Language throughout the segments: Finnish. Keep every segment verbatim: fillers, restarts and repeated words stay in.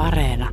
Areena.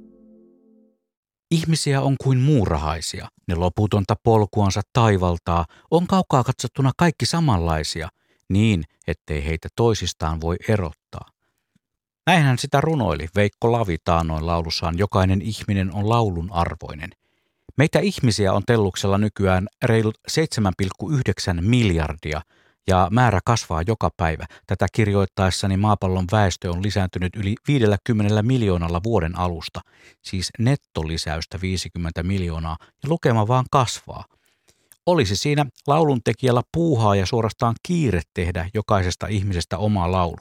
Ihmisiä on kuin muurahaisia. Ne loputonta polkuansa taivaltaa, on kaukaa katsottuna kaikki samanlaisia, niin ettei heitä toisistaan voi erottaa. Näinhän sitä runoili Veikko Lavi taannoin laulussaan Jokainen ihminen on laulun arvoinen. Meitä ihmisiä on Telluksella nykyään reilut seitsemän pilkku yhdeksän miljardia ja määrä kasvaa joka päivä. Tätä kirjoittaessani maapallon väestö on lisääntynyt yli viidelläkymmenellä miljoonalla vuoden alusta, siis nettolisäystä viisikymmentä miljoonaa ja lukema vaan kasvaa. Olisi siinä lauluntekijällä puuhaa ja suorastaan kiire tehdä jokaisesta ihmisestä oma laulu.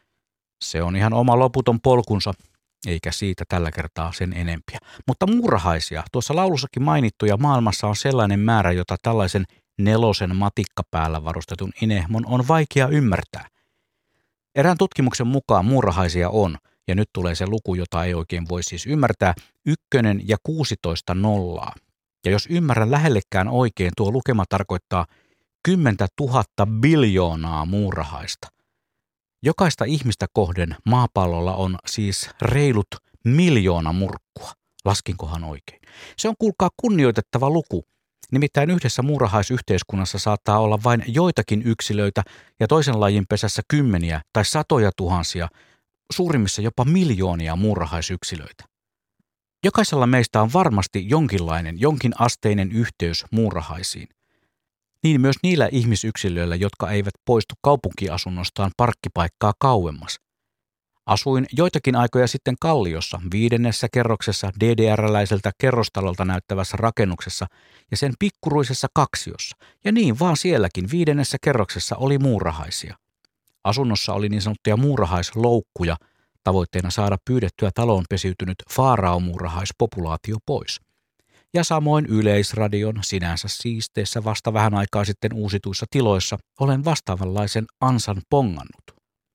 Se on ihan oma loputon polkunsa, eikä siitä tällä kertaa sen enempiä. Mutta muurahaisia, tuossa laulussakin mainittuja maailmassa on sellainen määrä, jota tällaisen nelosen matikkapäällä varustetun inehmon on vaikea ymmärtää. Erään tutkimuksen mukaan muurahaisia on, ja nyt tulee se luku, jota ei oikein voi siis ymmärtää, ykkönen ja kuusitoista nollaa. Ja jos ymmärrän lähellekään oikein, tuo lukema tarkoittaa kymmentä tuhatta biljoonaa muurahaista. Jokaista ihmistä kohden maapallolla on siis reilut miljoona murkkua. Laskinkohan oikein? Se on kuulkaa kunnioitettava luku. Nimittäin yhdessä muurahaisyhteiskunnassa saattaa olla vain joitakin yksilöitä ja toisen lajin pesässä kymmeniä tai satoja tuhansia, suurimmissa jopa miljoonia muurahaisyksilöitä. Jokaisella meistä on varmasti jonkinlainen, jonkinasteinen yhteys muurahaisiin. Niin myös niillä ihmisyksilöillä, jotka eivät poistu kaupunkiasunnostaan parkkipaikkaa kauemmas. Asuin joitakin aikoja sitten Kalliossa, viidennessä kerroksessa D D R-läiseltä kerrostalolta näyttävässä rakennuksessa ja sen pikkuruisessa kaksiossa. Ja niin vaan sielläkin viidennessä kerroksessa oli muurahaisia. Asunnossa oli niin sanottuja muurahaisloukkuja, tavoitteena saada pyydettyä taloon pesiytynyt faaraomuurahaispopulaatio pois. Ja samoin Yleisradion sinänsä siisteissä vasta vähän aikaa sitten uusituissa tiloissa olen vastaavanlaisen ansan pongannut.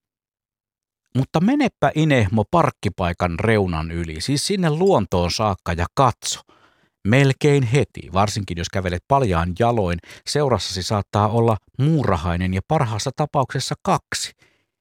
Mutta menepä inehmo parkkipaikan reunan yli, siis sinne luontoon saakka ja katso. Melkein heti, varsinkin jos kävelet paljaan jaloin, seurassasi saattaa olla muurahainen ja parhaassa tapauksessa kaksi.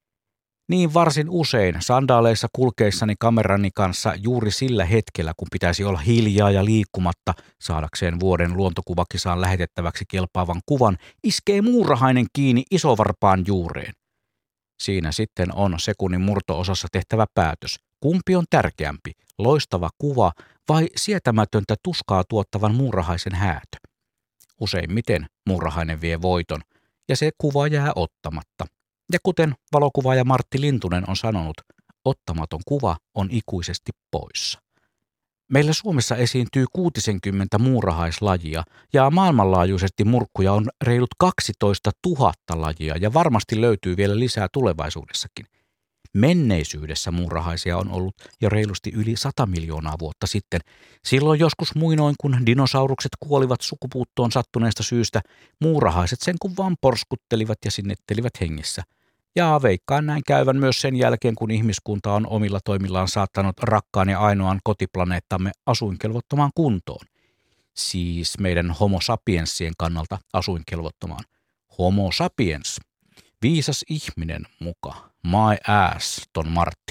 Niin varsin usein sandaaleissa kulkeissani kamerani kanssa juuri sillä hetkellä, kun pitäisi olla hiljaa ja liikkumatta saadakseen vuoden luontokuvakisaan lähetettäväksi kelpaavan kuvan, iskee muurahainen kiinni isovarpaan juureen. Siinä sitten on sekunnin murto-osassa tehtävä päätös. Kumpi on tärkeämpi, loistava kuva vai sietämätöntä tuskaa tuottavan muurahaisen häätö? Useimmiten muurahainen vie voiton ja se kuva jää ottamatta. Ja kuten valokuvaaja Martti Lintunen on sanonut, ottamaton kuva on ikuisesti poissa. Meillä Suomessa esiintyy kuusikymmentä muurahaislajia ja maailmanlaajuisesti murkkuja on reilut kaksitoista tuhatta lajia ja varmasti löytyy vielä lisää tulevaisuudessakin. Menneisyydessä muurahaisia on ollut jo reilusti yli sata miljoonaa vuotta sitten. Silloin joskus muinoin, kun dinosaurukset kuolivat sukupuuttoon sattuneesta syystä, muurahaiset sen kun vaan porskuttelivat ja sinnettelivät hengissä. Ja veikkaan näin käyvän myös sen jälkeen, kun ihmiskunta on omilla toimillaan saattanut rakkaan ja ainoan kotiplaneettamme asuinkelvottomaan kuntoon. Siis meidän homo sapiensien kannalta asuinkelvottomaan. Homo sapiens. Viisas ihminen muka. My ass, ton Martin.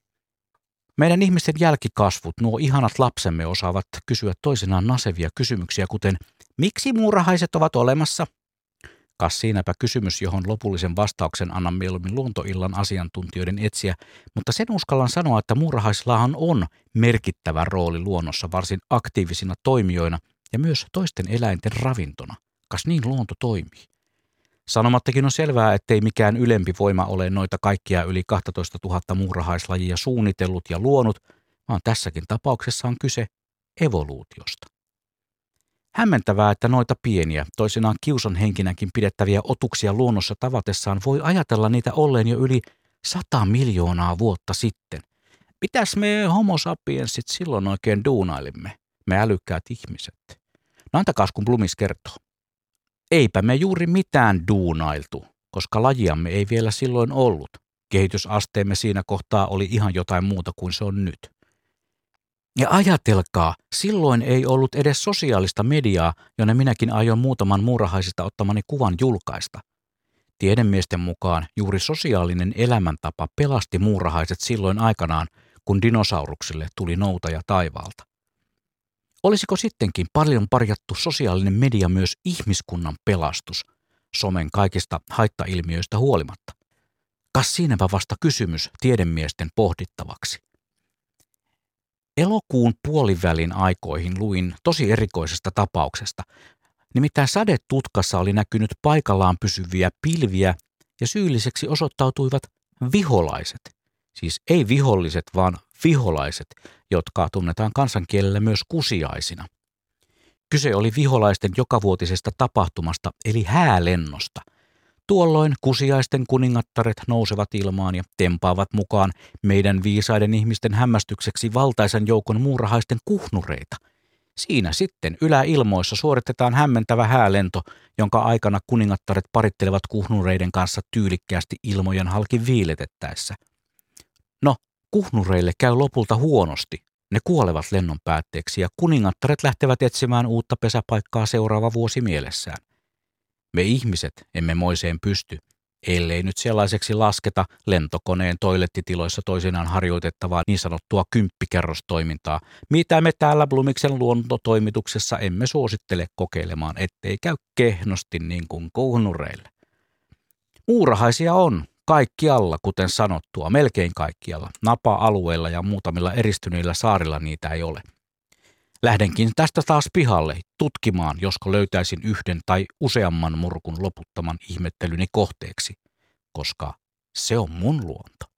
Meidän ihmisten jälkikasvut, nuo ihanat lapsemme osaavat kysyä toisinaan nasevia kysymyksiä, kuten miksi muurahaiset ovat olemassa? Kas siinäpä kysymys, johon lopullisen vastauksen annan mieluummin luontoillan asiantuntijoiden etsiä, mutta sen uskallan sanoa, että muurahaisillahan on merkittävä rooli luonnossa varsin aktiivisina toimijoina ja myös toisten eläinten ravintona. Kas niin luonto toimii. Sanomattakin on selvää, ettei mikään ylempi voima ole noita kaikkia yli kaksitoista tuhatta muurahaislajia suunnitellut ja luonut, vaan tässäkin tapauksessa on kyse evoluutiosta. Hämmentävää, että noita pieniä, toisinaan kiusan henkinäkin pidettäviä otuksia luonnossa tavatessaan voi ajatella niitä olleen jo yli sata miljoonaa vuotta sitten. Mitäs me homo sapiensit silloin oikein duunailimme, me älykkäät ihmiset? No antakaas kun Blumis kertoo. Eipä me juuri mitään duunailtu, koska lajiamme ei vielä silloin ollut. Kehitysasteemme siinä kohtaa oli ihan jotain muuta kuin se on nyt. Ja ajatelkaa, silloin ei ollut edes sosiaalista mediaa, jonne minäkin aion muutaman muurahaisista ottamani kuvan julkaista. Tiedemiesten mukaan juuri sosiaalinen elämäntapa pelasti muurahaiset silloin aikanaan, kun dinosauruksille tuli noutaja taivaalta. Olisiko sittenkin paljon parjattu sosiaalinen media myös ihmiskunnan pelastus, somen kaikista haittailmiöistä huolimatta? Kas siinäpä vasta kysymys tiedemiesten pohdittavaksi. Elokuun puolivälin aikoihin luin tosi erikoisesta tapauksesta. Nimittäin sadetutkassa oli näkynyt paikallaan pysyviä pilviä ja syylliseksi osoittautuivat viholaiset. Siis ei viholliset, vaan viholaiset, jotka tunnetaan kansankielellä myös kusiaisina. Kyse oli viholaisten jokavuotisesta tapahtumasta eli häälennosta. Tuolloin kusiaisten kuningattaret nousevat ilmaan ja tempaavat mukaan meidän viisaiden ihmisten hämmästykseksi valtaisan joukon muurahaisten kuhnureita. Siinä sitten yläilmoissa suoritetaan hämmentävä häälento, jonka aikana kuningattaret parittelevat kuhnureiden kanssa tyylikkäästi ilmojen halki viiletettäessä. No, kuhnureille käy lopulta huonosti. Ne kuolevat lennon päätteeksi ja kuningattaret lähtevät etsimään uutta pesäpaikkaa seuraava vuosi mielessään. Me ihmiset emme moiseen pysty, ellei nyt sellaiseksi lasketa lentokoneen toilettitiloissa toisinaan harjoitettavaa niin sanottua kymppikerrostoimintaa, mitä me täällä Blumiksen luontotoimituksessa emme suosittele kokeilemaan, ettei käy kehnosti niin kuin kuhnureille. Muurahaisia on kaikkialla, kuten sanottua, melkein kaikkialla. Napa-alueilla ja muutamilla eristyneillä saarilla niitä ei ole. Lähdenkin tästä taas pihalle tutkimaan, josko löytäisin yhden tai useamman murkun loputtaman ihmettelyni kohteeksi, koska se on mun luonto.